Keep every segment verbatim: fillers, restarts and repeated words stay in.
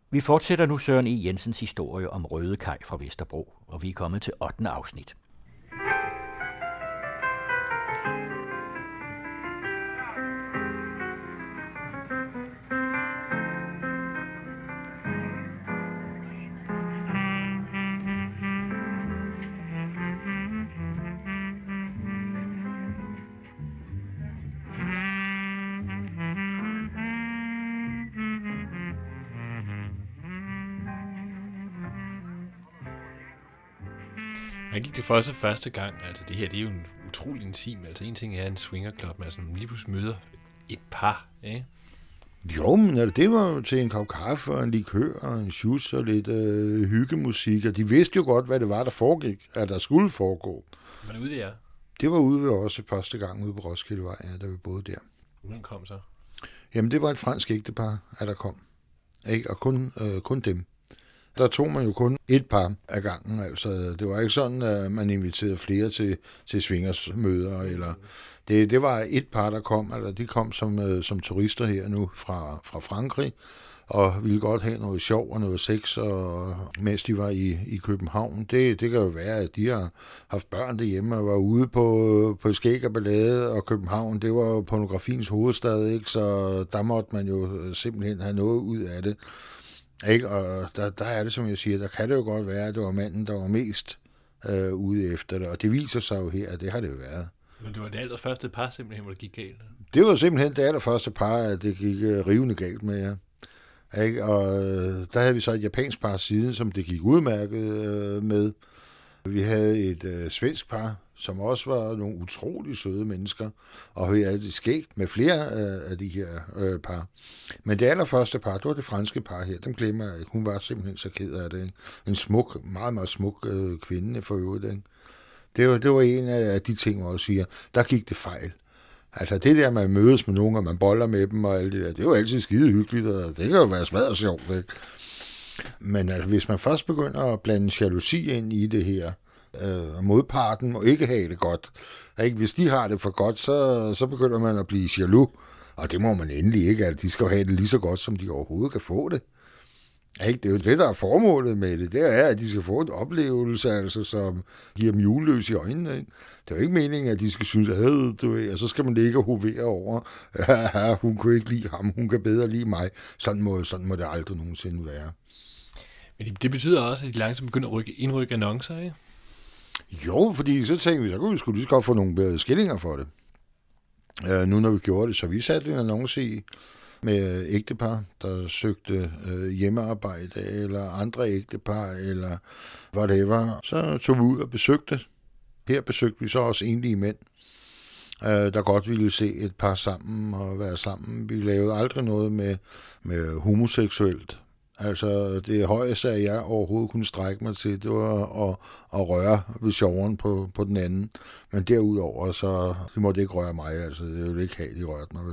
Vi fortsætter nu Søren E. Jensens historie om Røde Kaj fra Vesterbro, og vi er kommet til ottende afsnit. Man gik det for sig første gang, altså det her, det er jo en utrolig intim, altså en ting er en swingerklub, men altså man lige pludselig møder et par, ikke? Jo, men altså, det var jo til en kop kaffe og en likør og en sjus og lidt øh, hyggemusik, og de vidste jo godt, hvad det var, der foregik, at der skulle foregå. Men ude der? Det var ude ved også første gang ude på Roskildevej, ja, da vi boede der. Hvem kom så? Jamen, det var et fransk ægtepar, at der kom. Ikke? Og kun, øh, kun dem. Der tog man jo kun et par af gangen, altså det var ikke sådan, at man inviterede flere til, til svingersmøder, eller det, det var et par, der kom, altså de kom som, som turister her nu fra, fra Frankrig, og ville godt have noget sjov og noget sex, og mens de var i, i København. Det, det kan jo være, at de har haft børn derhjemme og var ude på, på skæg og ballade, og København, det var jo pornografiens hovedstad, ikke? Så der måtte man jo simpelthen have noget ud af det. Ikke? Og der, der er det, som jeg siger, der kan det jo godt være, at det var manden, der var mest øh, ude efter det, og det viser sig jo her, at det har det jo været. Men det var det allerførste par simpelthen, hvor det gik galt? Det var simpelthen det allerførste par, at det gik øh, rivende galt med, ja. Ikke? Og øh, der havde vi så et japansk par siden, som det gik udmærket øh, med. Vi havde et øh, svensk par, som også var nogle utrolig søde mennesker, og vi havde det skægt med flere øh, af de her øh, par. Men det allerførste par, det var det franske par her, dem glemmer jeg ikke. Hun var simpelthen så ked af det. Ikke? En smuk, meget, meget smuk øh, kvinde for øvrigt. Ikke? Det, var, det var en af de ting, hvor jeg siger, der gik det fejl. Altså det der, man mødes med nogen, og man boller med dem og alt det der, det var altid skide hyggeligt, og det kan jo være smadret sjovt. Ikke? Men altså, hvis man først begynder at blande jalousi ind i det her, øh, modparten må ikke have det godt. Ikke? Hvis de har det for godt, så, så begynder man at blive jaloux. Og det må man endelig ikke. Altså, de skal have det lige så godt, som de overhovedet kan få det. Ikke? Det er jo det, der er formålet med det. Det er, at de skal få en oplevelse, altså, som giver dem juleløs i øjnene. Ikke? Det er jo ikke meningen, at de skal synes, at du ved, og så skal man ligge og hovere over. Ja, hun kunne ikke lide ham, hun kan bedre lide mig. Sådan må, sådan må det aldrig nogensinde være. Men det betyder også, at de langsomt begynder at rykke, indrykke annoncer, ikke? Jo, fordi så tænkte vi, så kunne vi sgu lige så godt få nogle bedre skillinger for det. Uh, nu når vi gjorde det, så vi satte en annonce i med ægtepar, der søgte uh, hjemmearbejde, eller andre ægtepar, eller whatever. Så tog vi ud og besøgte. Her besøgte vi så også enlige mænd, uh, der godt ville se et par sammen og være sammen. Vi lavede aldrig noget med, med homoseksuelt. Altså, det højeste, at jeg overhovedet kunne strække mig til, det var at, at røre ved sjoveren på, på den anden. Men derudover, så de måtte ikke røre mig, altså. Det ville ikke have, de rørte mig vel.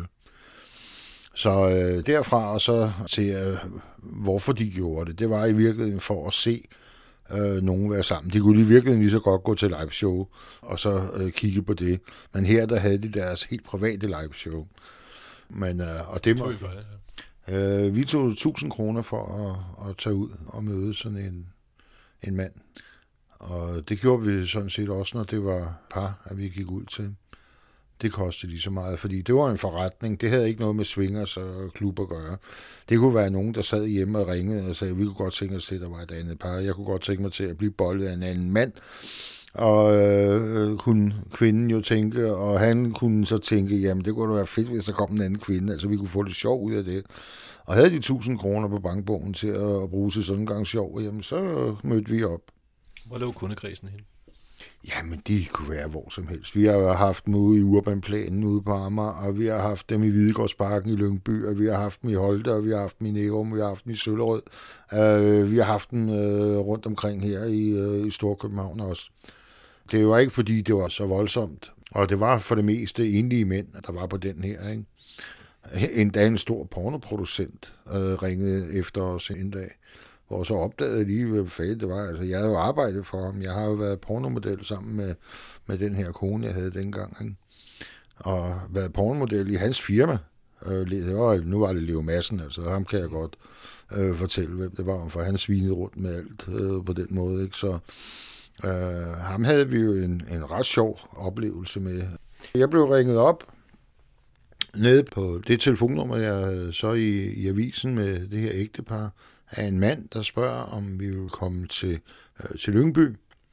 Så øh, derfra og så til, øh, hvorfor de gjorde det, det var i virkeligheden for at se øh, nogen være sammen. De kunne i virkeligheden lige så godt gå til liveshow og så øh, kigge på det. Men her, der havde de deres helt private liveshow. Men, øh, og det må... For det, ja. Uh, vi tog tusind kroner for at, at tage ud og møde sådan en, en mand. Og det gjorde vi sådan set også, når det var par, at vi gik ud til. Det kostede lige så meget, fordi det var en forretning. Det havde ikke noget med swingers og klub at gøre. Det kunne være nogen, der sad hjemme og ringede og sagde, vi kunne godt tænke os til, at der var et andet par. Jeg kunne godt tænke mig til at blive bollet af en anden mand. Og øh, kunne kvinden jo tænke, og han kunne så tænke, jamen det kunne da være fedt, hvis der kom en anden kvinde, altså vi kunne få lidt sjov ud af det. Og havde de tusind kroner på bankbogen til at, at bruge til sådan en gang sjov, jamen så mødte vi op. Hvor lå kundekredsen hen? Jamen de kunne være hvor som helst. Vi har haft dem ude i Urbanplanen ude på Amager, og vi har haft dem i Hvidegårdsparken i Lyngby, og vi har haft dem i Holte, og vi har haft dem i Nærum, vi har haft dem i Søllerød. Uh, vi har haft dem uh, rundt omkring her i, uh, i Storkøbenhavn også. Det var ikke, fordi det var så voldsomt. Og det var for det meste enlige mænd, der var på den her. Ikke? En dag en stor pornoproducent øh, ringede efter os en dag, hvor så opdagede jeg lige, hvad fanden det var. Altså, jeg havde jo arbejdet for ham. Jeg har jo været pornomodel sammen med, med den her kone, jeg havde dengang. Ikke? Og været pornomodel i hans firma. Øh, det var, nu var det Leo Madsen, altså ham kan jeg godt øh, fortælle, hvem det var, for han svinede rundt med alt øh, på den måde. Ikke? Så øh, ham havde vi jo en, en ret sjov oplevelse med. Jeg blev ringet op nede på det telefonnummer, jeg havde så i, i avisen med det her ægtepar, af en mand, der spørger, om vi vil komme til, øh, til Lyngby.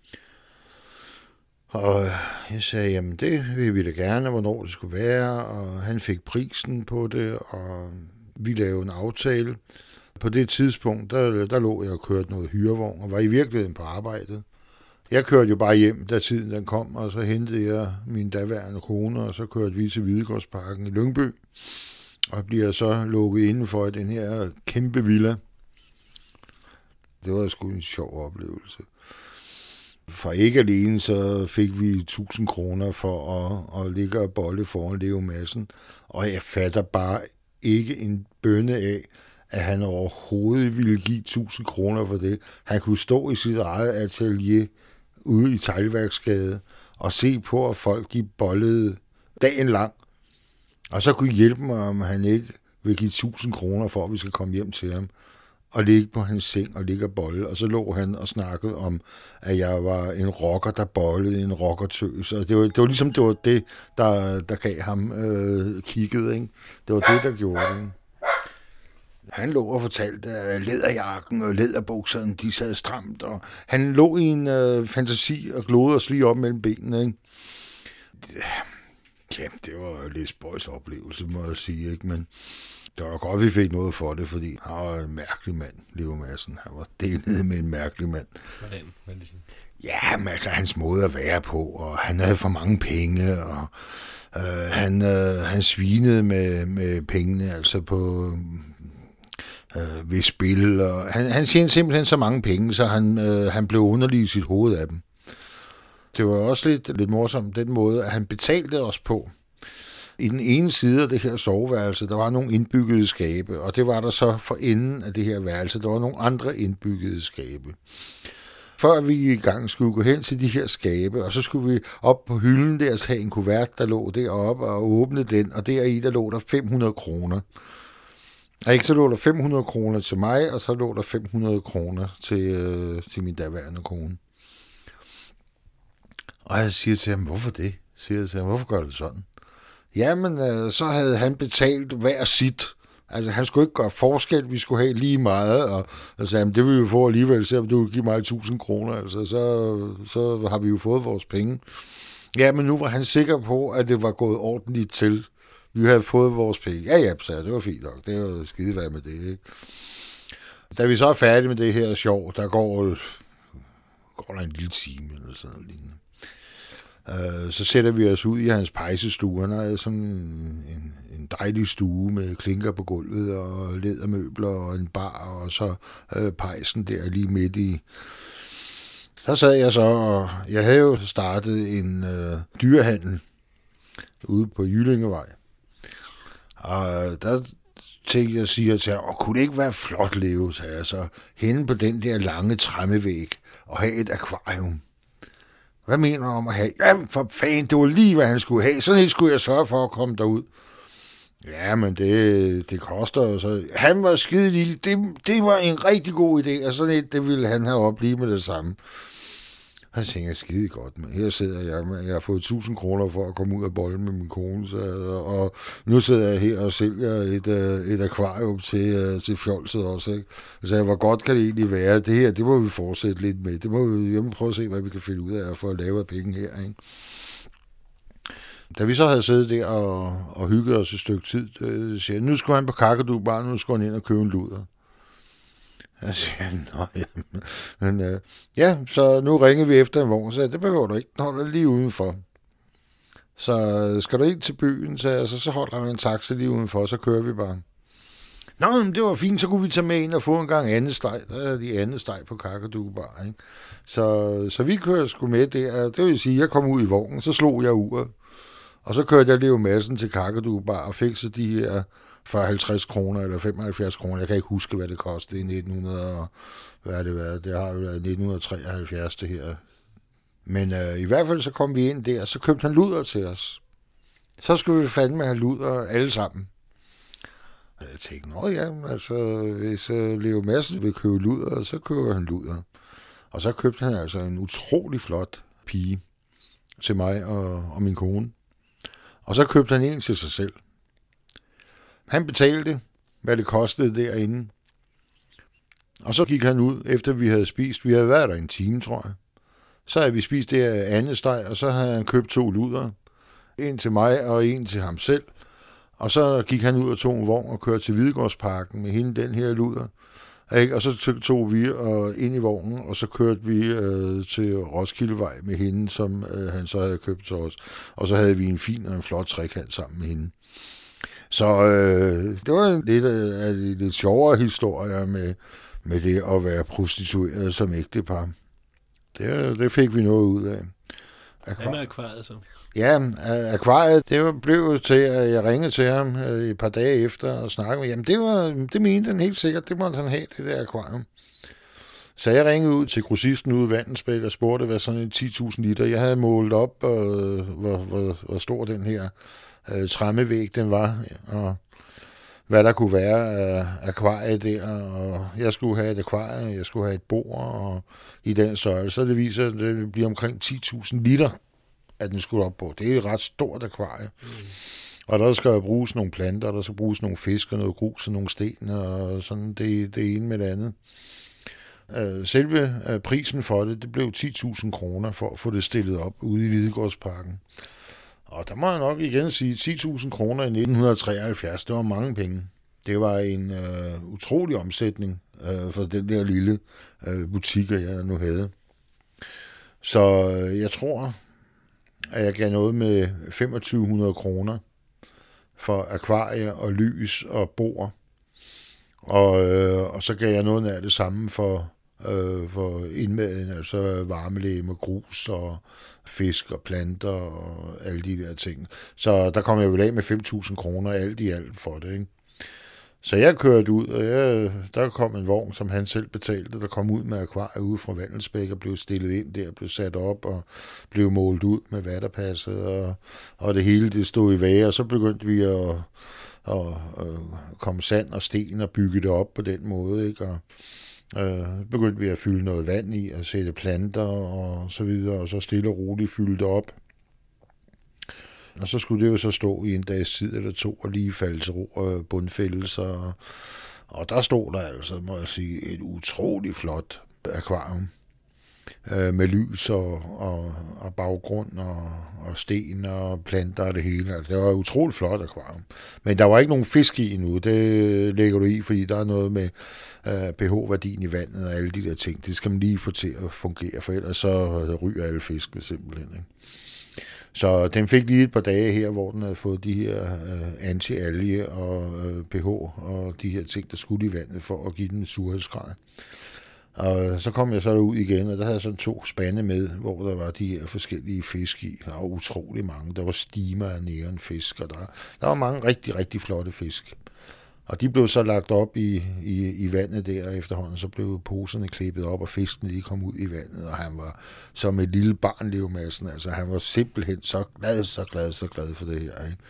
Og jeg sagde, jamen det vil vi da gerne, hvornår det skulle være, og han fik prisen på det, og vi lavede en aftale. På det tidspunkt, der, der lå jeg og kørte noget hyrevogn, og var i virkeligheden på arbejdet. Jeg kørte jo bare hjem, da tiden den kom, og så hentede jeg min daværende kone, og så kørte vi til Hvidegårdsparken i Lyngby, og bliver så lukket indenfor i den her kæmpe villa. Det var sgu en sjov oplevelse. For ikke alene så fik vi tusind kroner for at, at ligge og bolle foran Leo Madsen, og jeg fatter bare ikke en bønne af, at han overhovedet ville give tusind kroner for det. Han kunne stå i sit eget atelier ude i Teglværksgade og se på, at folk de bollede dagen lang, og så kunne hjælpe mig, om han ikke vil give tusind kroner for, at vi skal komme hjem til ham og ligge på hans seng og ligge og bolle. Og så lå han og snakkede om, at jeg var en rocker, der bollede, en rockertøs. Og det var, det var ligesom det, var det der, der gav ham øh, kigget. Ikke? Det var det, der gjorde det. Han lå og fortalte, at læderjakken og læderbukserne, de sad stramt. Og han lå i en øh, fantasi og glodede os lige op mellem benene. Ikke? Ja, det var lidt spøjs oplevelse, må jeg sige. Ikke? Men det var godt, vi fik noget for det, fordi han var en mærkelig mand, Leo Madsen. Han var delet med en mærkelig mand. Hvordan? Hvad ligesom? Ja, men altså hans måde at være på, og han havde for mange penge, og øh, han, øh, han svinede med, med pengene, altså på øh, ved spil. Og han, han tjente simpelthen så mange penge, så han, øh, han blev underlig i sit hoved af dem. Det var også lidt, lidt morsomt, den måde, at han betalte os på. I den ene side af det her soveværelse, der var nogle indbyggede skabe, og det var der så for enden af det her værelse, der var nogle andre indbyggede skabe. Før vi i gang skulle gå hen til de her skabe, og så skulle vi op på hylden der og tage en kuvert, der lå deroppe, og åbne den, og deri der lå der fem hundrede kroner. Og ikke så lå der fem hundrede kroner til mig, og så lå der fem hundrede kroner til, øh, til min daværende kone. Og jeg siger til ham, hvorfor det? Siger jeg til ham, hvorfor gør det sådan? Jamen, øh, så havde han betalt hver sit. Altså, han skulle ikke gøre forskel, vi skulle have lige meget, og jeg sagde, det vil vi få alligevel, selvom du vil give mig tusind kroner, altså, så, så har vi jo fået vores penge. Ja, men nu var han sikker på, at det var gået ordentligt til. Vi havde fået vores penge. Ja, ja, så det var fint nok. Det var skide værd med det, ikke? Da vi så er færdige med det her sjov, der går, går der en lille time eller sådan noget lignende. Uh, så sætter vi os ud i hans pejsestue. Han havde sådan en, en dejlig stue med klinker på gulvet og lædermøbler og en bar, og så uh, pejsen der lige midt i. Der sad jeg så, og jeg havde jo startet en uh, dyrehandel ude på Jyllingevej. Og der tænkte jeg, siger til ham, kunne det ikke være flot, Leo, sagde jeg så, henne på den der lange træmmevæg og have et akvarium. Hvad mener du om at have? Jamen for fanden, det var lige, hvad han skulle have. Sådan et skulle jeg sørge for at komme derud. Ja, men det, det koster jo så. Han var skide lille. Det, det var en rigtig god idé, og sådan et, det ville han have op lige med det samme. Jeg tænker, skide godt, men her sidder jeg med, jeg har fået tusind kroner for at komme ud af bolden med min kone, så, og nu sidder jeg her og sælger et, et akvarium til, til fjolset også, ikke? Så jeg, hvor godt kan det egentlig være? Det her, det må vi fortsætte lidt med. Det må vi, jeg må prøve at se, hvad vi kan finde ud af for at lave af penge her, ikke? Da vi så havde siddet der og, og hygget os et stykke tid, så siger jeg, nu skulle han på Kakadu Bar, nu skulle han ind og købe en luder. Jeg siger, nå ja, men, øh, ja, så nu ringer vi efter en vogn, så det behøver du ikke, den holder lige udenfor. Så skal du ind til byen, så, altså, så holder der en taxa lige udenfor, så kører vi bare. Nå, men det var fint, så kunne vi tage med ind og få en gang andet steg, der er de andet steg på Kakadu Bar, ikke? Så, så vi kører sgu med der, det vil sige, jeg kom ud i vognen, så slog jeg uret, og så kørte jeg Leo Madsen til Kakadu Bar og fik så de her for halvtreds kroner eller femoghalvfjerds kroner. Jeg kan ikke huske, hvad det kostede i nitten hundrede. Hvad har det været? Det har jo været nitten treoghalvfjerds, det her. Men øh, i hvert fald så kom vi ind der, så købte han luder til os. Så skulle vi fandme have luder alle sammen. Jeg tænkte, nå ja, altså, hvis uh, Leo Madsen vil købe luder, så køber han luder. Og så købte han altså en utrolig flot pige til mig og, og min kone. Og så købte han en til sig selv. Han betalte, hvad det kostede derinde. Og så gik han ud, efter vi havde spist. Vi havde været der en time, tror jeg. Så havde vi spist det af andet steg, og så havde han købt to luder. En til mig og en til ham selv. Og så gik han ud og tog en vogn og kørte til Hvidegårdsparken med hende, den her luder. Og så tog vi og ind i vognen, og så kørte vi øh, til Roskildevej med hende, som øh, han så havde købt til os. Og så havde vi en fin og en flot trekant sammen med hende. Så øh, det var lidt af de lidt sjovere historier med, med det at være prostitueret som ægtepar. Det, det fik vi noget ud af. Hvad med akvariet så? Ja, akvariet, det blev til, at jeg ringede til ham et par dage efter og snakkede med, jamen det, var, det mente han helt sikkert, det måtte han have, det der akvarium. Så jeg ringede ud til grossisten ude i Vandensbæk og spurgte, hvad sådan en ti tusind liter. Jeg havde målt op, og, hvor, hvor, hvor stor den her øh, træmmevæg den var, og hvad der kunne være af akvariet der, og jeg skulle have et akvarie, jeg skulle have et bord, og i den størrelse, så det viser, at det bliver omkring ti tusind liter, at den skulle op på. Det er et ret stort akvarie. Mm. Og der skal bruges nogle planter, der skal bruges nogle fisk og noget grus og nogle sten, og sådan det, det ene med det andet. Selve prisen for det, det blev ti tusind kroner for at få det stillet op ude i Hvidegårdsparken. Og der må jeg nok igen sige, ti tusind kroner i nitten treoghalvfjerds, det var mange penge. Det var en øh, utrolig omsætning øh, for den der lille øh, butik, jeg nu havde. Så øh, jeg tror, at jeg gav noget med to tusind fem hundrede kroner for akvarier og lys og bord. Og, øh, og så gav jeg noget af det samme for, øh, for indmaden, altså varmelægem og grus og fisk og planter og alle de der ting. Så der kom jeg vel af med fem tusind kroner alt i alt for det, ikke? Så jeg kørte ud, og jeg, der kom en vogn, som han selv betalte, der kom ud med akvariet ude fra Vandensbæk og blev stillet ind der, blev sat op og blev målt ud med hvad der passede, og, og det hele det stod i vage, og så begyndte vi at, at, at komme sand og sten og bygge det op på den måde, ikke? Og øh, begyndte vi at fylde noget vand i og sætte planter og så videre, og så stille og roligt fylde det op. Og så skulle det jo så stå i en dags tid eller to og lige falde til ro og bundfældes. Og, og der stod der altså, må jeg sige, et utroligt flot akvarium øh, med lys og, og, og baggrund og, og sten og planter og det hele. Altså, det var et utroligt flot akvarium. Men der var ikke nogen fisk i endnu. Det lægger du i, fordi der er noget med øh, pH-værdien i vandet og alle de der ting. Det skal man lige få til at fungere, for ellers så ryger alle fiskene simpelthen, ikke? Så den fik lige et par dage her, hvor den havde fået de her øh, anti-alge og øh, pH og de her ting, der skulle i vandet for at give den en surhedsgrad. Og så kom jeg så derud igen, og der havde jeg sådan to spande med, hvor der var de her forskellige fisk i. Der var utrolig mange. Der var stimer af neonfisk, og der, der var mange rigtig, rigtig flotte fisk. Og de blev så lagt op i, i, i vandet der, og efterhånden så blev poserne klippet op, og fiskene de kom ud i vandet, og han var som et lille barn, Leo Madsen. Altså han var simpelthen så glad, så glad, så glad for det her, ikke?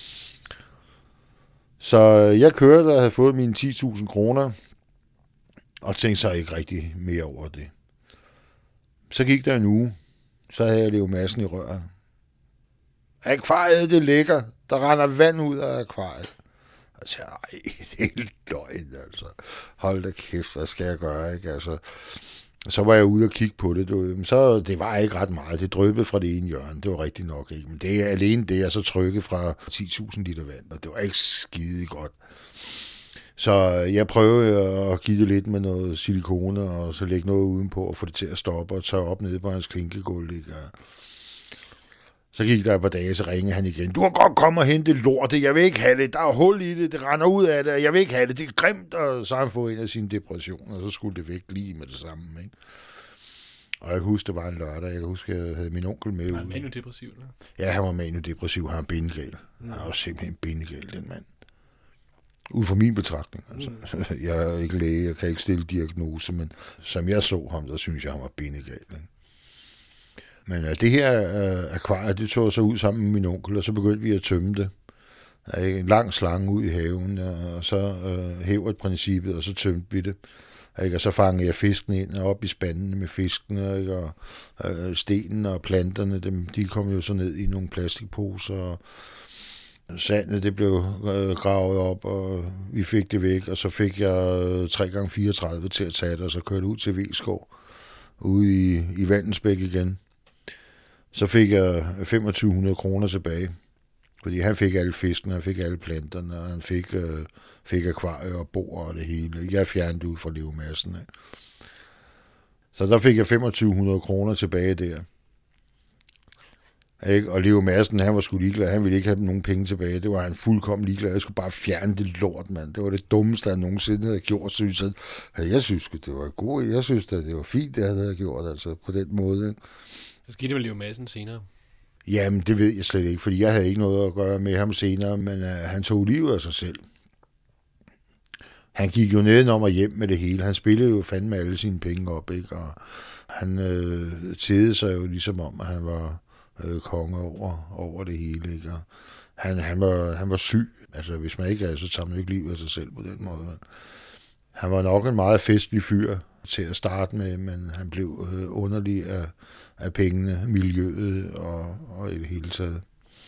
Så jeg kørte og havde fået mine ti tusind kroner, og tænkte så ikke rigtig mere over det. Så gik der en uge, så havde jeg Leo Madsen i røret. Akvariet, det ligger. Der render vand ud af akvariet. Og så nej, det er løgn, altså. Hold da kæft, hvad skal jeg gøre, ikke? Altså, så var jeg ude og kigge på det. Du, så det var ikke ret meget. Det dryppede fra det ene hjørne. Det var rigtig nok, ikke? Men det er alene det, jeg så trykkede fra ti tusind liter vand, og det var ikke skide godt. Så jeg prøvede at give det lidt med noget silikone, og så lægge noget udenpå, og få det til at stoppe, og tage op nede på hans klinkegulv, ikke? Så gik der et par dage, så ringede han igen. Du har godt kommet og hente lortet, jeg vil ikke have det, der er hul i det, det render ud af det, jeg vil ikke have det, det er grimt, og så har han fået en af sine depressioner, og så skulle det væk lige med det samme, ikke? Og jeg kan huske, det var en lørdag, jeg kan huske, jeg havde min onkel med. Var han manodepressiv, eller? Ja, han var manodepressiv, han var bindegal. Han var simpelthen bindegal, den mand. Ud fra min betragtning, altså. Mm. Jeg er ikke læge, jeg kan ikke stille diagnose, men som jeg så ham, der synes jeg, han var bindegal, ikke? Men uh, det her uh, akvarie, det tog så ud sammen med min onkel, og så begyndte vi at tømme det. En lang slange ud i haven, og så øh, hæver princippet, og så tømte vi det. Ikke? Og så fangede jeg fisken ind og op i spandene med fiskene, ikke? Og øh, stenen og planterne, dem, de kom jo så ned i nogle plastikposer, og sandet det blev øh, gravet op, og vi fik det væk, og så fik jeg øh, tre gange fireogtredive til at tage det, og så kørte ud til Veskov, ude i, i Vandensbæk igen. Så fik jeg femogtyve hundrede kroner tilbage, fordi han fik alle fiskene, han fik alle planterne, og han fik, øh, fik akvarier og bord og det hele. Jeg fjernede ud fra levemassen. Ikke? Så der fik jeg femogtyve hundrede kroner tilbage der. Ikke? Og Leo Madsen, han var sgu ligeglad. Han ville ikke have nogen penge tilbage. Det var han fuldkommen ligeglad. Jeg skulle bare fjerne det lort, mand. Det var det dummeste, jeg nogensinde havde gjort, synes jeg. Jeg synes det var godt. Jeg synes det var fint, det jeg havde gjort, altså på den måde. Ikke? Hvad skete med Leo Madsen senere? Jamen, det ved jeg slet ikke, fordi jeg havde ikke noget at gøre med ham senere, men uh, han tog livet af sig selv. Han gik jo nedenom og hjem med det hele. Han spillede jo fandme alle sine penge op, ikke? Og han øh, tædede sig jo ligesom om, at han var øh, konge over, over det hele, ikke? Og han, han, var, han var syg. Altså, hvis man ikke er, så tager man ikke livet af sig selv på den måde. Han var nok en meget festlig fyr til at starte med, men han blev øh, underlig af, af pengene, miljøet og, og i det hele taget.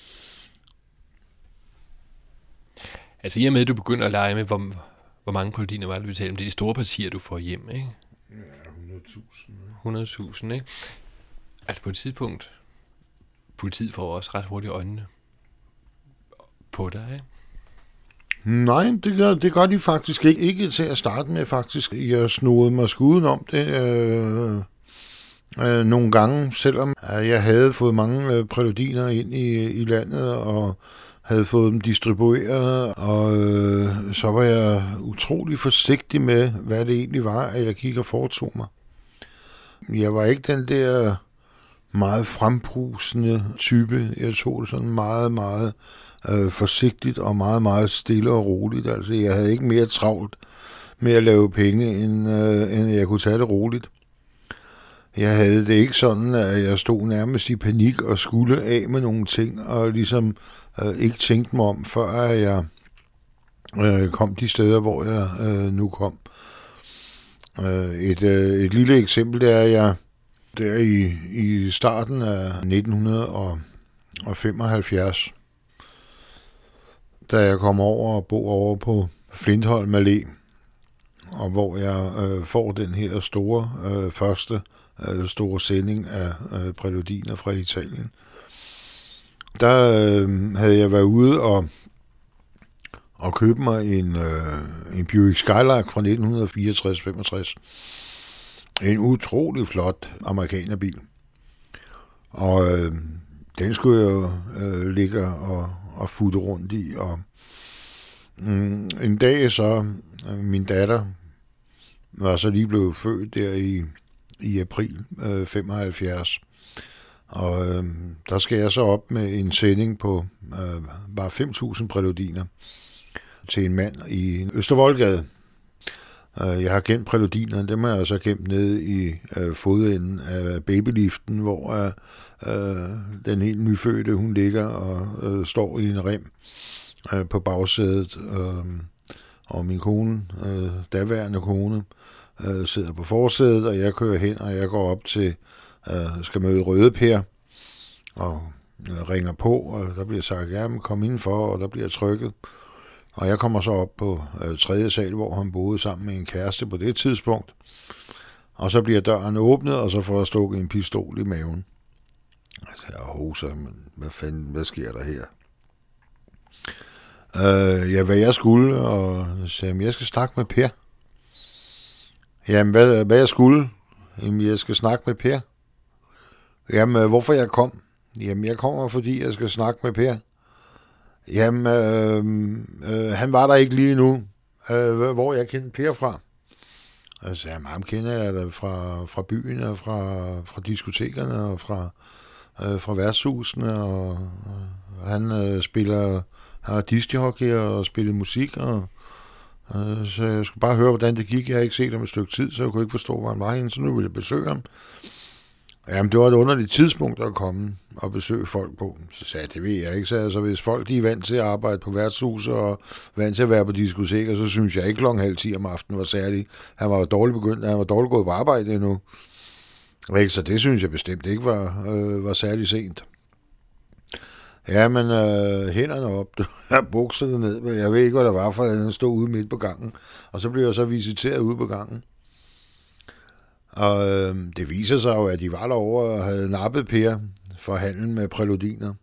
Altså i og med, at du begynder at lege med, hvor, hvor mange praludiner var det, vi talte om? Det er de store partier, du får hjem, ikke? Ja, hundrede tusind. hundrede tusind, ikke? Altså på et tidspunkt, politiet får også ret hurtigt øjnene på dig, ikke? Nej, det gør, det gør de faktisk ikke. Ikke til at starte med, faktisk. Jeg snodede mig skuden om det øh, øh, nogle gange, selvom jeg havde fået mange øh, præludiner ind i, i landet, og havde fået dem distribueret, og øh, så var jeg utrolig forsigtig med, hvad det egentlig var, at jeg gik og foretog mig. Jeg var ikke den der meget frembrusende type. Jeg tog det sådan meget, meget øh, forsigtigt og meget, meget stille og roligt. Altså, jeg havde ikke mere travlt med at lave penge, end, øh, end jeg kunne tage det roligt. Jeg havde det ikke sådan, at jeg stod nærmest i panik og skulle af med nogle ting, og ligesom øh, ikke tænkte mig om, før jeg øh, kom de steder, hvor jeg øh, nu kom. Øh, et, øh, et lille eksempel, det er, at jeg der i, i starten af nitten femoghalvfjerds, da jeg kom over og bo over på Flintholm Allé, og hvor jeg øh, får den her store, øh, første øh, store sending af øh, præludiner fra Italien. Der øh, havde jeg været ude og, og købe mig en, øh, en Buick Skylark fra nitten fireogtres femogtres. En utrolig flot amerikanerbil. Og øh, den skulle jeg jo øh, ligge og, og futte rundt i. Og mm, en dag så, øh, min datter var så lige blevet født der i, i april øh, femoghalvfjerds. Og øh, der skal jeg så op med en sending på øh, bare fem tusind præludiner til en mand i Østervoldgade. Jeg har gemt præludinerne, dem har jeg så gemt nede i øh, fodenden af babyliften, hvor øh, den helt nyfødte, hun ligger og øh, står i en rem øh, på bagsædet, øh, og min kone, øh, daværende kone, øh, sidder på forsædet, og jeg kører hen, og jeg går op til, øh, skal møde Rødepær, og øh, ringer på, og der bliver sagt, ja, men kom indenfor, og der bliver trykket. Og jeg kommer så op på øh, tredje sal, hvor han boede sammen med en kæreste på det tidspunkt. Og så bliver døren åbnet, og så får jeg stukket en pistol i maven. Altså, jeg hoser, men hvad fanden, hvad sker der her? Øh, ja, hvad jeg skulle, og så sagde jeg, jeg skal snakke med Per. Jamen, hvad, hvad jeg skulle? Jamen, jeg skal snakke med Per. Jamen, hvorfor jeg kom? Jamen, jeg kommer, fordi jeg skal snakke med Per. Jamen, øh, øh, han var der ikke lige nu, øh, hvor jeg kendte Per fra. Og så sagde jeg, ham kender jeg da fra, fra byen og fra, fra diskotekerne og fra, øh, fra værtshusene. Og, og han øh, spiller, han er discjockey og spiller musik. Og, øh, så jeg skulle bare høre, hvordan det gik. Jeg har ikke set ham et stykke tid, så jeg kunne ikke forstå, hvor han var henne. Så nu ville jeg besøge ham. Jamen, det var et underligt tidspunkt at komme og besøge folk på. Så sagde jeg, det ved jeg ikke. Så altså, hvis folk de er vant til at arbejde på værtshus og vant til at være på diskoteker, så synes jeg ikke klokken halv ti om aftenen var særlig. Han var jo dårligt begyndt, han var dårligt gået på arbejde endnu. Så det synes jeg bestemt ikke var, øh, var særlig sent. Ja, men øh, hænderne op, jeg buksede ned, men jeg ved ikke, hvad der var, for jeg stod ude midt på gangen. Og så blev jeg så visiteret ude på gangen. Og øh, det viser sig jo, at de var derovre og havde nappet Per for handlen med præludiner.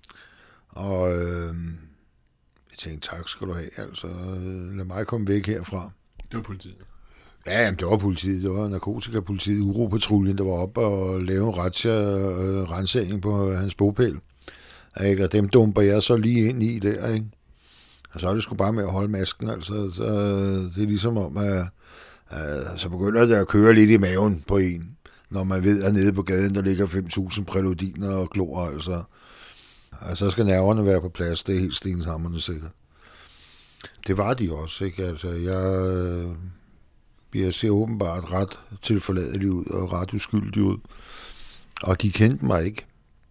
Og øh, jeg tænkte, tak skal du have, altså øh, lad mig komme væk herfra. Det var politiet? Ja, jamen, det var politiet, det var narkotikapolitiet, Uropatruljen, der var oppe og lavede en razzia øh, rensning på hans bopæl. Ikke? Og dem dumper jeg så lige ind i der, ikke? Og så er det sgu bare med at holde masken, altså. Så, det er ligesom om, at, at så begynder det at køre lidt i maven på en, når man ved, at nede på gaden, der ligger fem tusind præludiner og glor, altså. Og så skal nerverne være på plads, det er helt stenshamrende sikkert. Det var de også, ikke? Altså, jeg, jeg ser åbenbart ret tilforladelig ud og ret uskyldig ud. Og de kendte mig ikke.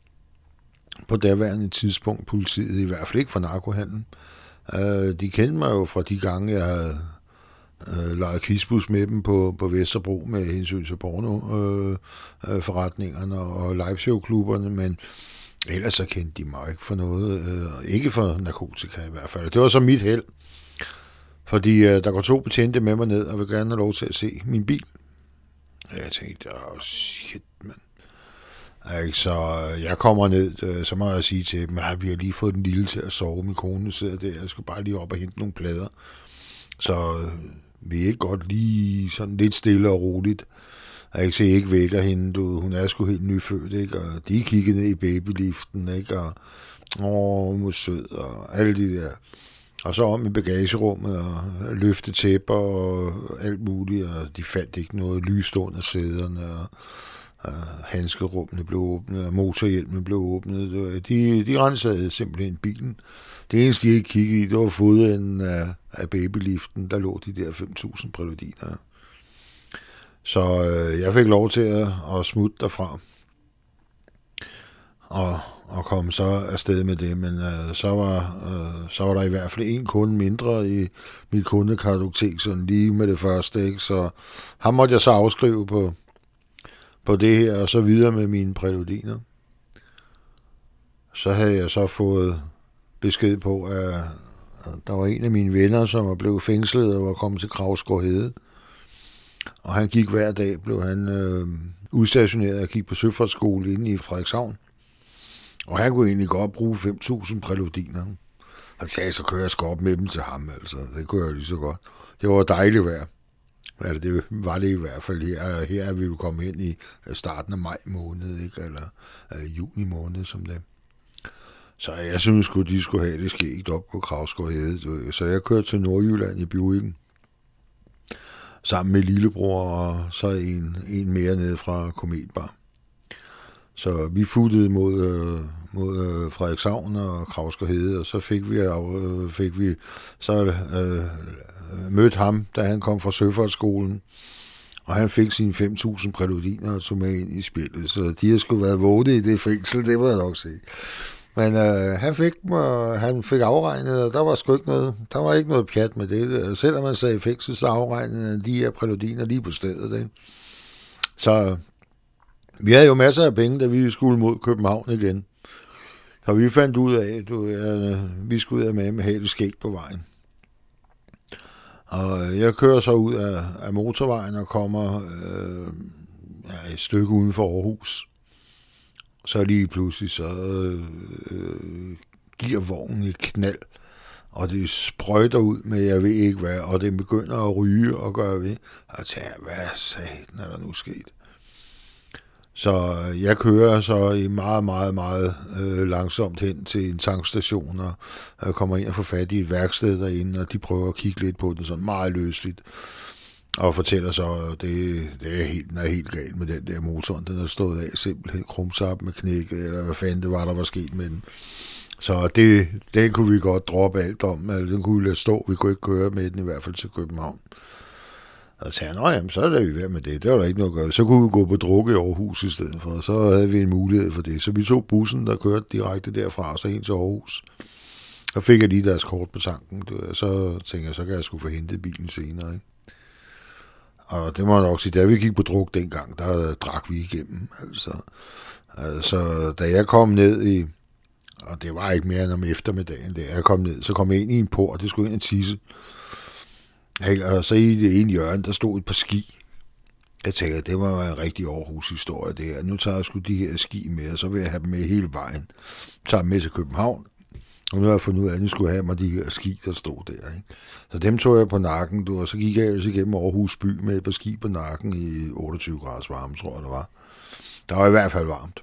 På daværende tidspunkt, politiet, i hvert fald ikke for narkohandlen. Uh, de kendte mig jo fra de gange, jeg havde uh, leget kispus med dem på, på Vesterbro med hensyn til pornoforretningerne uh, uh, og liveshowklubberne, men ellers så kendte de mig ikke for noget. Uh, ikke for narkotika i hvert fald. Det var så mit held, fordi uh, der går to betjente med mig ned og vil gerne have lov til at se min bil. Og jeg tænkte, åh oh, shit, mand. Så jeg kommer ned, så må jeg sige til dem, at vi har lige fået den lille til at sove. Min kone sidder der, jeg skal bare lige op og hente nogle plader. Så vi er ikke godt lige sådan lidt stille og roligt. Jeg så ikke vækker hende, du, hun er sgu helt nyfødt, ikke? Og de kiggede ned i babyliften, ikke? Og åh, hun er sød, og alle de der. Og så om i bagagerummet, og løfte tæpper og alt muligt, og de fandt ikke noget lys under sæderne, og Uh, handskerummene blev åbnet, og motorhjelmen blev åbnet. De, de rensede simpelthen bilen. Det eneste, de ikke kiggede i, det var fodenden af, af babyliften. Der lå de der fem tusind præludiner. Så uh, jeg fik lov til at, at smutte derfra. Og, og kom så afsted med det. Men uh, så, var, uh, så var der i hvert fald en kunde mindre i mit kundekartotek, sådan lige med det første. Ikke? Så ham måtte jeg så afskrive på på det her, og så videre med mine præludiner. Så havde jeg så fået besked på, at der var en af mine venner, som var blevet fængslet og var kommet til Kravsgård Hede. Og han gik hver dag, blev han øh, udstationeret og gik på søfartsskole inde i Frederikshavn. Og han kunne egentlig godt bruge fem tusind præludiner. Og sagde, så kører jeg sgu op med dem til ham, altså. Det kunne jeg lige så godt. Det var dejligt vejr. Ja, det var det i hvert fald her. Her er vi jo kommet hen i starten af maj måned, ikke? Eller uh, juni måned, som det. Så jeg synes sgu, de skulle have det skægt op på Kravsgård Hede. Så jeg kørte til Nordjylland i Buicken, sammen med lillebror og så en, en mere nede fra Kometbar. Så vi futtede mod, øh, mod øh, Frederikshavn og Kravsgård Hede, og så fik vi, øh, fik vi så øh, mødte ham, da han kom fra søfartsskolen, og han fik sine fem tusind præludiner og tog med ind i spillet, så de har sgu været vågne i det fængsel, det må jeg nok sige. Men øh, han fik dem, og han fik afregnet, og der var sgu ikke noget, der var ikke noget pjat med det. Selvom man sagde i fængsel, så afregnede de her præludiner lige på stedet. Ikke? Så vi havde jo masser af penge, da vi skulle mod København igen. Så vi fandt ud af, at øh, vi skulle ud af med med hele skæg på vejen. Og jeg kører så ud af, af motorvejen og kommer øh, ja, et stykke uden for Aarhus. Så lige pludselig så øh, giver vognen et knald, og det sprøjter ud med, jeg ved ikke hvad, og det begynder at ryge og gøre ved. Og tænker, hvad satan er der nu sket? Så jeg kører så i meget, meget, meget øh, langsomt hen til en tankstation, og øh, kommer ind og får fat i et værksted derinde, og de prøver at kigge lidt på den sådan meget løsligt, og fortæller så, at det, det er helt, den er helt galt med den der motor, den er stået af simpelthen krumsap med knækket, eller hvad fanden det var, der var sket med den. Så det, det kunne vi godt droppe alt om, altså, den kunne vi lade stå, vi kunne ikke køre med den i hvert fald til København. Og så sagde han, jamen, så lader vi være med det. Det var der ikke noget at gøre. Så kunne vi gå på druk i Aarhus i stedet for. Så havde vi en mulighed for det. Så vi tog bussen, der kørte direkte derfra, og så hen til Aarhus. Så fik jeg lige deres kort på tanken. Så tænkte jeg, så kan jeg sgu få hentet bilen senere. Ikke? Og det må jeg nok sige, da vi gik på druk dengang, der drak vi igennem. Altså, altså da jeg kom ned i, og det var ikke mere end om eftermiddagen, da jeg kom ned, så kom jeg ind i en port, det skulle ind og tisse. Og så i det ene hjørne, der stod et par ski. Jeg tænkte, det må være en rigtig Aarhus-historie, det her. Nu tager jeg sgu de her ski med, og så vil jeg have dem med hele vejen. Jeg tager dem med til København, og nu har jeg fundet ud af, at jeg skulle have mig de her ski, der stod der. Ikke? Så dem tog jeg på nakken, du, og så gik jeg altså igennem Aarhus by med et par ski på nakken i otteogtyve graders varme, tror jeg det var. Der var i hvert fald varmt.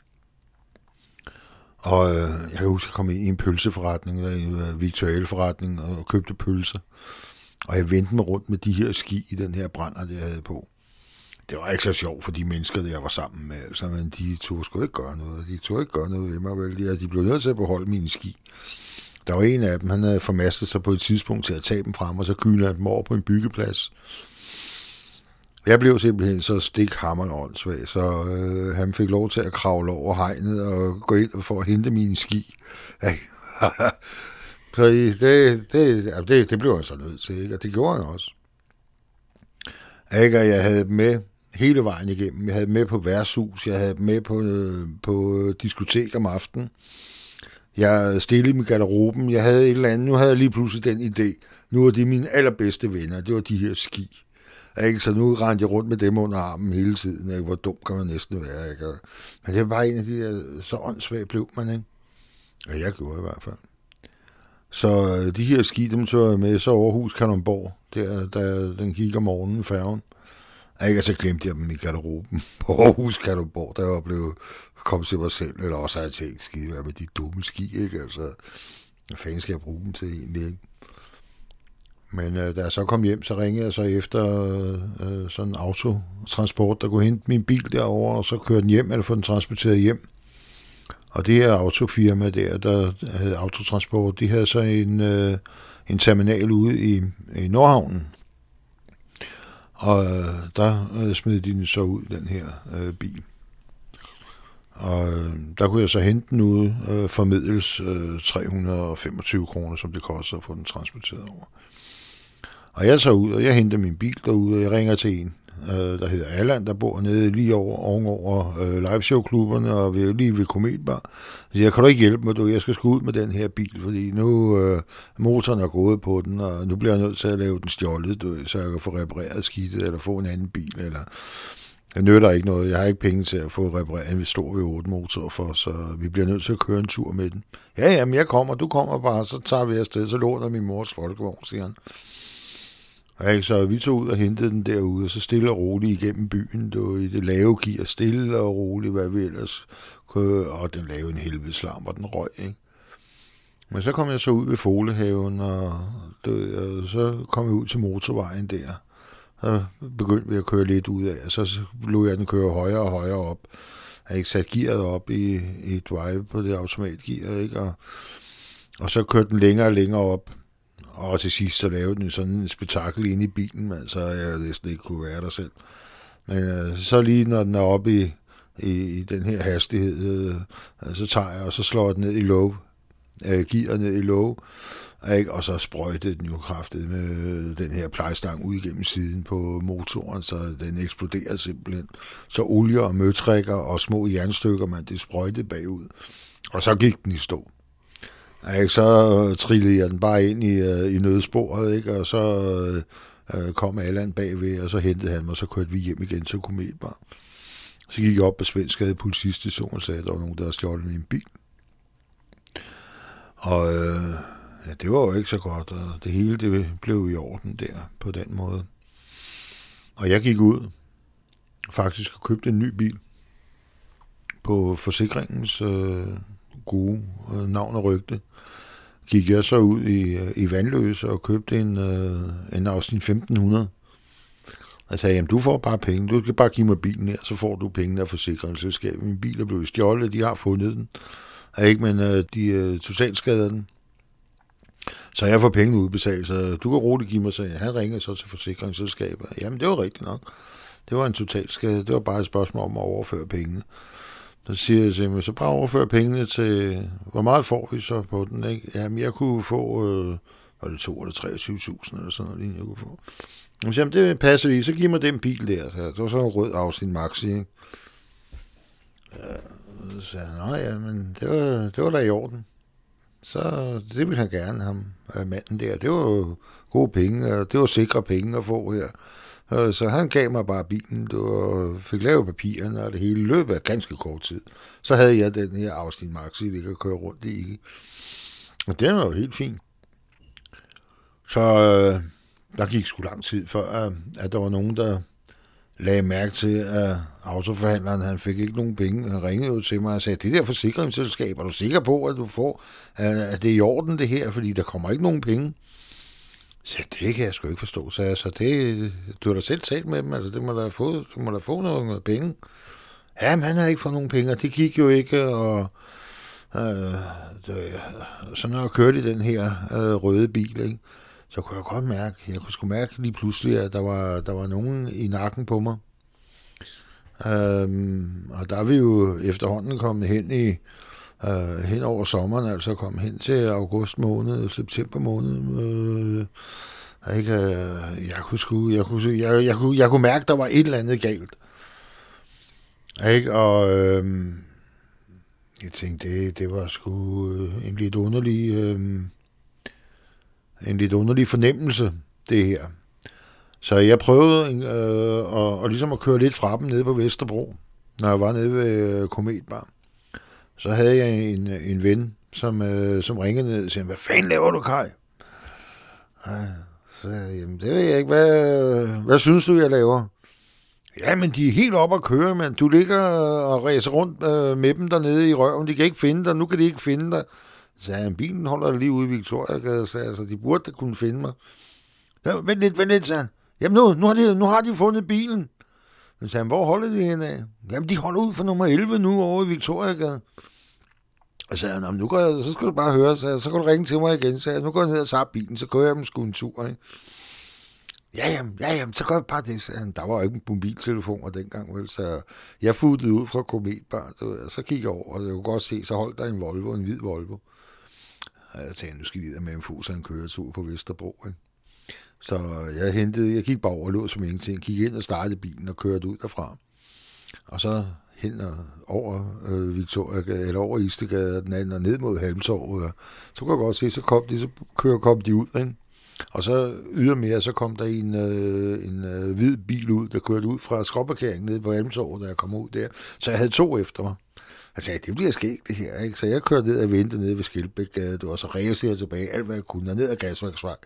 Og øh, jeg kan huske, at jeg kom ind i en pølseforretning, der, en uh, Victualforretning, og købte pølser. Og jeg vendte mig rundt med de her ski i den her brænder, jeg havde på. Det var ikke så sjovt for de mennesker, der jeg var sammen med, altså, men de tog sgu ikke gøre noget. De tog ikke gøre noget ved mig, vel. De, de blev nødt til at beholde mine ski. Der var en af dem, han havde formastet sig på et tidspunkt til at tage dem frem, og så kylede han dem over på en byggeplads. Jeg blev simpelthen så stikhammerende åndssvag, så øh, han fik lov til at kravle over hegnet og gå ind for at hente mine ski. Så det, det, det, det blev jeg så nødt til, ikke? Og det gjorde han også. Ikke? Og jeg havde dem med hele vejen igennem. Jeg havde dem med på værtshus, jeg havde dem med på, på diskotek om aftenen. Jeg stillede min garderoben, jeg havde et eller andet. Nu havde jeg lige pludselig den idé. Nu er de mine allerbedste venner, det var de her ski. Ikke? Så nu rendte jeg rundt med dem under armen hele tiden. Ikke? Hvor dum kan man næsten være. Ikke? Men det var en af de der, så åndssvagt blev man, ikke? Og jeg gjorde i hvert fald. Så de her ski, dem tog jeg med, så Aarhus Kalundborg, der, der den gik om morgenen, færgen. Ikke, og så glemte jeg dem i garderoben på Aarhus Kalundborg, der var blevet kommet til mig selv, eller også har jeg tænkt, skide være med de dumme ski, ikke? Altså, hvad fanden skal jeg bruge dem til egentlig, ikke? Men øh, da jeg så kom hjem, så ringede jeg så efter øh, sådan en autotransport, der kunne hente min bil derovre, og så kørte den hjem, eller få den transporteret hjem. Og det her autofirma der, der havde autotransport, de havde så en, øh, en terminal ude i, i Nordhavnen. Og øh, der øh, smed de den så ud, den her øh, bil. Og øh, der kunne jeg så hente den ude, øh, formidles øh, tre hundrede og femogtyve kroner, som det koster at få den transporteret over. Og jeg så ud, og jeg henter min bil derude, og jeg ringer til en, øh, der hedder Allan, der bor nede lige over, ovenover øh, liveshowklubberne, og ved, lige ved Kometbar. Så jeg kan du ikke hjælpe mig, du? Jeg skal sgu ud med den her bil, fordi nu øh, motoren er gået på den, og nu bliver jeg nødt til at lave den stjålet, du, så jeg kan få repareret skidtet, eller få en anden bil, eller... Jeg nytter ikke noget. Jeg har ikke penge til at få repareret en stor V otte motor for, så vi bliver nødt til at køre en tur med den. Ja, jamen jeg kommer, du kommer bare, så tager vi afsted, så låner min mors folkevogn, siger han. Ja, så vi tog ud og hentede den derude, og så stille og roligt igennem byen, du, i det lave gear, stille og roligt, hvad vi ellers kunne, og den lavede en helvedeslarm, og den røg, ikke? Men så kom jeg så ud ved Folehaven, og, du, og så kom jeg ud til motorvejen der. Så begyndte vi at køre lidt ud af, og så lod jeg den køre højere og højere op. Jeg har ikke sat gearet op i, i drive på det automatgear, ikke? Og, og så kørte den længere og længere op. Og til sidst så lavede den sådan en spektakel inde i bilen, altså jeg næsten ikke kunne være der selv. Men øh, så lige når den er oppe i, i, i den her hastighed, øh, så tager jeg, og så slår jeg den ned i low, øh, gearet ned i low, ikke? Og så sprøjtede den jo kraftigt med den her plejestang ud igennem siden på motoren, så den eksploderede simpelthen. Så olie og møtrikker og små jernstykker, man det sprøjtede bagud. Og så gik den i stå. Ikke? Så trillede jeg den bare ind i, i nødsporet, ikke? Og så øh, kom Allan bagved, og så hentede han mig, og så kørte vi hjem igen til Kometbar. Så gik jeg op på Svenskade politistation og sagde, at der var nogen, der havde stjålet min bil. Og øh, ja, det var jo ikke så godt, og det hele det blev i orden der på den måde. Og jeg gik ud faktisk og købte en ny bil på forsikringens øh, gode øh, navn og rygte. Gik jeg så ud i, i Vandløse og købte en, øh, en Austin femten hundrede. Jeg sagde, jamen du får bare penge, du kan bare give mig bilen her, så får du pengene af forsikringsselskabet. Min bil er blevet stjålet, de har fundet den. Ikke, men øh, de øh, totalt skader den. Så jeg får pengene udbetalt, så du kan roligt give mig, så han ringer så til forsikringsselskabet. Jamen, det var rigtigt nok. Det var en total skade. Det var bare et spørgsmål om at overføre pengene. Så siger jeg til mig, så bare overføre pengene til, hvor meget får vi så på den, ikke? Jamen, jeg kunne få, øh, var det to eller treogtyve tusind eller sådan noget, jeg kunne få. Så jamen, det passer lige, så giv mig den bil der. Så det var sådan en rød Austin Maxi, ikke? Ja, så sagde jeg, nej, ja, men det var, det var da i orden. Så det ville han gerne, ham, manden der. Det var jo gode penge, og det var sikre penge at få her. Så han gav mig bare bilen, og fik lavet papirerne, og det hele løb af ganske kort tid. Så havde jeg den her Austin Maxi, vi kan køre rundt i. Og den var jo helt fin. Så øh, der gik sgu lang tid, før at der var nogen, der lagde mærke til, at autoforhandleren, han fik ikke nogen penge. Han ringede jo til mig og sagde, det der forsikringsselskab, er du sikker på, at du får, at det er i orden det her, fordi der kommer ikke nogen penge? Så det kan jeg sgu ikke forstå. Så altså, det, du har da selv talt med dem, altså det må da få, du må da få nogle penge. Ja, men han havde ikke fået nogen penge, og det gik jo ikke, og øh, det, så når jeg kørte i den her øh, røde bil, ikke, så kunne jeg godt mærke, jeg kunne sgu mærke lige pludselig, at der var, der var nogen i nakken på mig. Øhm, og der er vi jo efterhånden kommet hen i øh, hen over sommeren, altså kommet hen til august måned, september måned. Øh, ikke, øh, jeg kunne sgu, jeg kunne, jeg, jeg kunne, jeg kunne mærke, der var et eller andet galt. Ikke, og øh, jeg tænkte, det, det var sgu øh, en lidt underlig, øh, en lidt underlig fornemmelse, det her. Så jeg prøvede øh, og, og ligesom at køre lidt fra dem nede på Vesterbro, når jeg var nede ved Kometbar. Så havde jeg en, en ven, som, øh, som ringede ned og sagde, hvad fanden laver du, Kaj? Så jamen, det ved jeg ikke. Hvad, hvad synes du, jeg laver? Jamen, de er helt oppe at køre, men du ligger og ræser rundt øh, med dem dernede i røven. De kan ikke finde dig. Nu kan de ikke finde dig. Så sagde jeg, bilen holder lige ude i Victoriagade, så altså, de burde da kunne finde mig. Ja, vent lidt, vent lidt, sagde han. Jamen, nu, nu, har de, nu har de fundet bilen. Så sagde han, hvor holder de henne af? Jamen, de holder ud for nummer elleve nu over i Victoriagade. Og så sagde han, nu går jeg, så skal du bare høre, så, så kan du ringe til mig igen. Så jeg, nu går jeg ned og tager bilen, så kører jeg dem sgu en tur, ikke? Ja, jamen, ja, jamen, så gør jeg bare det, sagde han. Der var jo ikke en mobiltelefon dengang, vel, så jeg futtede ud fra Kometbar, og så kiggede jeg over, og jeg kunne godt se, så holdt der en Volvo, en hvid Volvo. Og jeg tænkte, nu skal jeg lige med en fod, så en køretur på Vesterbro, ikke? Så jeg hentede, jeg gik bare over og lå som ingenting, gik ind og startede bilen og kørte ud derfra. Og så hen og over øh, Victoria, eller over Istegade, og den anden og ned mod Halmtorvet. Så kunne jeg godt se, så kom de, så kører, kom de ud, ikke? Og så ydermere, så kom der en, øh, en øh, hvid bil ud, der kørte ud fra skråparkeringen nede på Halmtorvet, da jeg kom ud der. Så jeg havde to efter mig. Jeg sagde, det bliver skægt det her, ikke? Så jeg kørte ned og ventede nede ved Skilbækgade, det var så ræser tilbage, alt hvad jeg kunne, og ned ad Gasværksvej.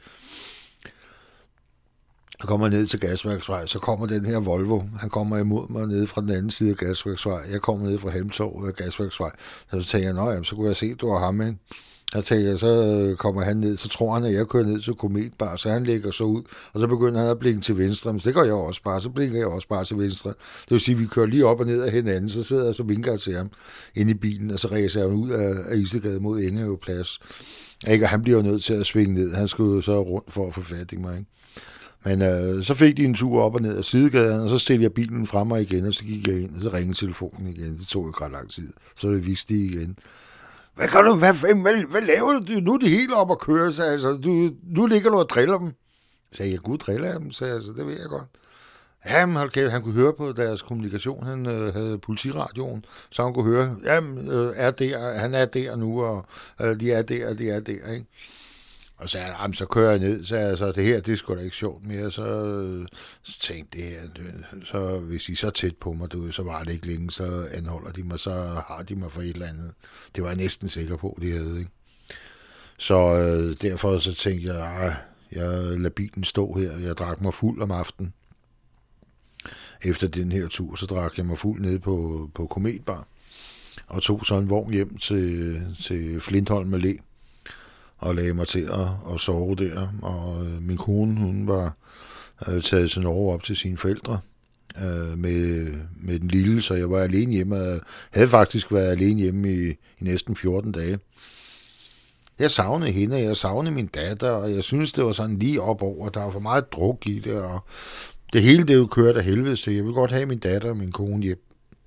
Så kommer jeg ned til Gasværksvej, så kommer den her Volvo, han kommer imod mig nede fra den anden side af Gasværksvej, jeg kommer ned fra Halmtorvet af Gasværksvej, så tænker jeg, nå jamen, så kunne jeg se, at du var ham, ikke? Jeg tænker, så kommer han ned, så tror han, at jeg kører ned til Kometbar, så han lægger så ud, og så begynder han at blinke til venstre, men det gør jeg også bare, så blinker jeg også bare til venstre. Det vil sige, at vi kører lige op og ned af hinanden, så sidder jeg så vinker til ham inde i bilen, og så ræser jeg ud af, af Istegade mod Enghave-plads. Ikke, og han bliver jo nødt til at svinge ned, han skulle jo så rundt for at få fat i mig, ikke? Men øh, så fik de en tur op og ned af Sidegaden, og så stillede jeg bilen frem mig igen, og så gik jeg ind, og så ringede telefonen igen. Det tog ikke ret lang tid. Så det viste de igen. Hvad kan du, hvad, hvad, hvad laver du? Nu er de helt op at køre, så altså, du, nu ligger du og driller dem. Så sagde jeg, gud, driller jeg dem, så altså, det ved jeg godt. Jamen, hold kæft, han kunne høre på deres kommunikation, han øh, havde politiradioen, så han kunne høre, jamen, øh, er der, han er der nu, og øh, de er der, og de er der, ikke? Og så, jamen, så kører jeg ned, så altså, det her, det er sgu da ikke sjovt mere, så, så tænkte det her, så hvis I er så tæt på mig, du, så var det ikke længe, så anholder de mig, så har de mig for et eller andet. Det var jeg næsten sikker på, det havde, ikke? Så øh, derfor så tænkte jeg, jeg lader bilen stå her, jeg drak mig fuld om aftenen. Efter den her tur, så drak jeg mig fuld ned på, på Kometbar, og tog så en vogn hjem til, til Flintholm Allé, og lagde mig til at, at sove der, og øh, min kone, hun var øh, taget til Norge op til sine forældre øh, med, med den lille, så jeg var alene hjemme, og havde faktisk været alene hjemme i, i næsten fjorten dage. Jeg savnede hende, jeg savnede min datter, og jeg synes, det var sådan lige op over. Der var for meget druk i det, og det hele det jo kørte af helvede til. Jeg vil godt have min datter og min kone hjem.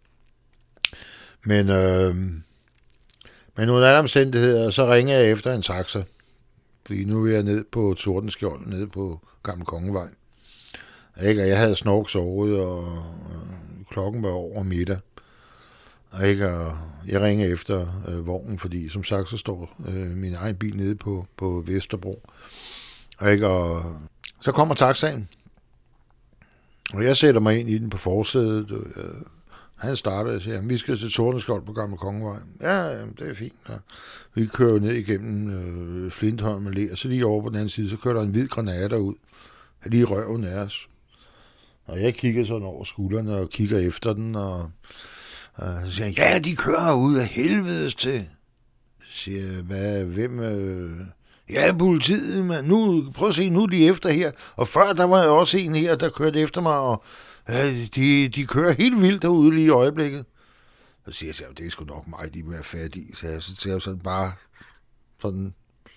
Men, øh, men nogle andre omstændigheder, så ringer jeg efter en taxa. Fordi nu er jeg ned på Tordenskjold, nede på Gamle Kongevej. Ikke? Og jeg havde snork sovet, og, og klokken var over middag. Og, ikke? Og jeg ringer efter øh, vognen, fordi som sagt, så står øh, min egen bil nede på, på Vesterbro. Og, ikke? Og så kommer taxaen. Og jeg sætter mig ind i den på forsædet. Øh, han starter og siger, vi skal til Tordenskjold på Gamle Kongevej. Ja, jamen, det er fint. Ja. Vi kører ned igennem øh, Flintholm og Ler, så lige over på den anden side, så kører der en hvid granater ud. Lige røven af os. Og jeg kigger sådan over skuldrene og kigger efter den, og, og så siger han, ja, de kører ud af helvedes til. Så siger jeg, hvad, hvem... Øh... Ja, politiet, man. Nu, prøv at se, nu er de efter her. Og før, der var jeg også en her, der kørte efter mig, og øh, de, de kører helt vildt derude lige i øjeblikket. Så siger jeg, det er sgu nok mig, de er mere fattige. Så jeg så sådan bare sådan...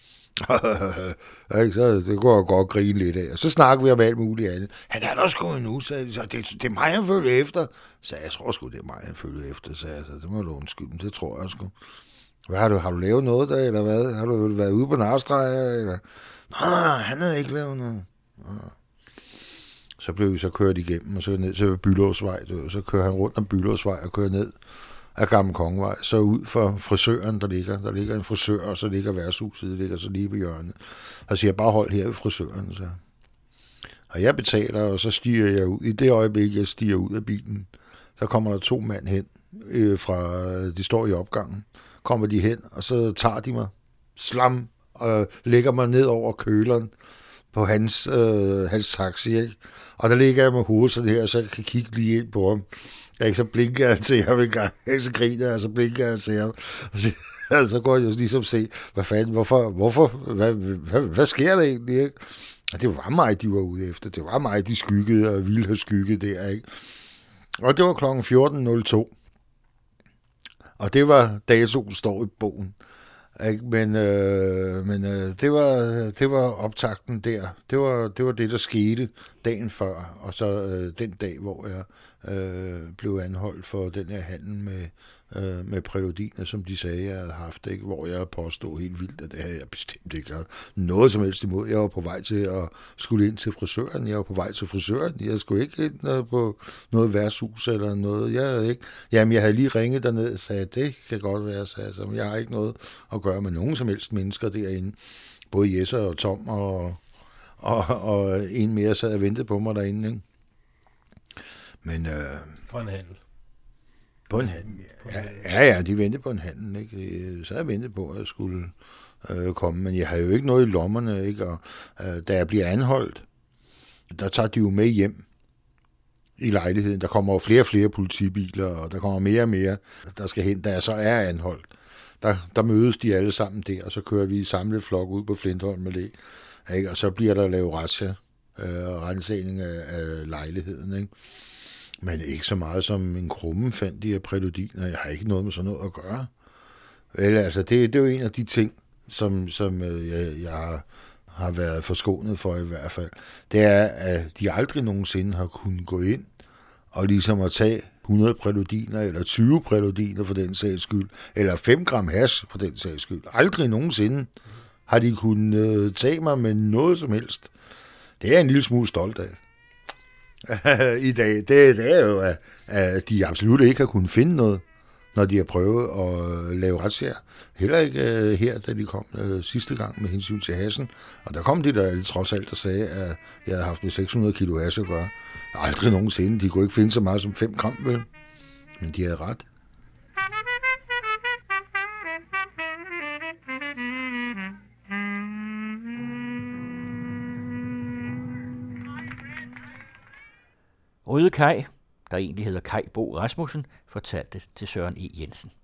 så det går jeg godt grine lidt af. Og så snakker vi om alt muligt andet. Han er der sgu endnu, sagde de. Så det, det er mig, han følger efter. Så jeg tror sgu, det er mig, han følger efter. Så jeg, så det må du undskylde, det tror jeg sgu. Hvad har du, har du lavet noget der, eller hvad? Har du været ude på narstreger, eller? Nej, han havde ikke lavet noget. Nå. Så blev vi så kørt igennem, og så ned til Bylåsvej. Så kører han rundt om Bylåsvej og kører ned af Gamle Kongevej, så ud for frisøren, der ligger. Der ligger en frisør, og så ligger værtshuset, det ligger så lige på hjørnet. Og siger, bare hold her ved frisøren, så. Og jeg betaler, og så stiger jeg ud. I det øjeblik, jeg stiger ud af bilen, så kommer der to mand hen, øh, fra, de står i opgangen. Kommer de hen, og så tager de mig slam, og lægger mig ned over køleren på hans, øh, hans taxi, ikke? Og der ligger jeg med hovedet sådan her, og så jeg kan kigge lige ind på ham. Jeg, så blinker jeg til ham en gang, så griner jeg, og så blinker jeg til ham. Og så, og så går jeg jo ligesom se, hvad fanden, hvorfor, hvorfor, hvad, hvad, hvad sker der egentlig, ikke? Og det var mig, de var ude efter. Det var mig, de skyggede og ville have skygget der, ikke? Og det var klokken fjorten nul to. Og det var datoen står i bogen. Ikke? Men, øh, men øh, det, var, det var optakten der. Det var, det var det, der skete dagen før. Og så øh, den dag, hvor jeg øh, blev anholdt for den her handel med, øh, med præludiner, som de sagde, jeg havde haft. Ikke? Hvor jeg påstod helt vildt, at det havde jeg bestemt ikke havde noget som helst imod. Jeg var på vej til at skulle ind til frisøren. Jeg var på vej til frisøren. Jeg skulle ikke ind på noget værtshus eller noget. Jeg havde ikke. Jamen, jeg havde lige ringet derned og sagde, det kan godt være, sagde jeg. Jeg har ikke noget at gøre med nogen som helst mennesker derinde. Både Jesse og Tom og, og, og en mere sad og ventede på mig derinde. Ikke? Men... Øh, for en handel. På en handel, ja. Ja, ja, de ventede på en handel, ikke? Så jeg ventede på, at jeg skulle øh, komme, men jeg havde jo ikke noget i lommerne, ikke? Og øh, da jeg bliver anholdt, der tager de jo med hjem i lejligheden. Der kommer jo flere og flere politibiler, og der kommer mere og mere, der skal hen, da jeg så er anholdt. Der, der mødes de alle sammen der, og så kører vi i samlet flok ud på Flintholm og Læ, ikke? Og så bliver der lavet razzia øh, og rensagning af, af lejligheden, ikke? Men ikke så meget som en krumme fandt de her præludiner. Jeg har ikke noget med sådan noget at gøre. Vel, altså, det, det er jo en af de ting, som, som øh, jeg, jeg har, har været forskånet for i hvert fald. Det er, at de aldrig nogensinde har kunnet gå ind og ligesom at tage hundrede præludiner, eller tyve præludiner for den sags skyld, eller fem gram hash for den sags skyld. Aldrig nogensinde har de kunnet øh, tage mig med noget som helst. Det er jeg en lille smule stolt af. I dag, det, det er jo, at, at de absolut ikke har kunnet finde noget, når de har prøvet at lave retssager. Heller ikke uh, her, da de kom uh, sidste gang med hensyn til hassen. Og der kom de der trods alt og sagde, at jeg havde haft med seks hundrede kilo hash at gøre. Aldrig nogensinde. De kunne ikke finde så meget som fem gram, vel? Men de havde ret. Røde Kaj, der egentlig hedder Kaj Bo Rasmussen, fortalte til Søren E. Jensen.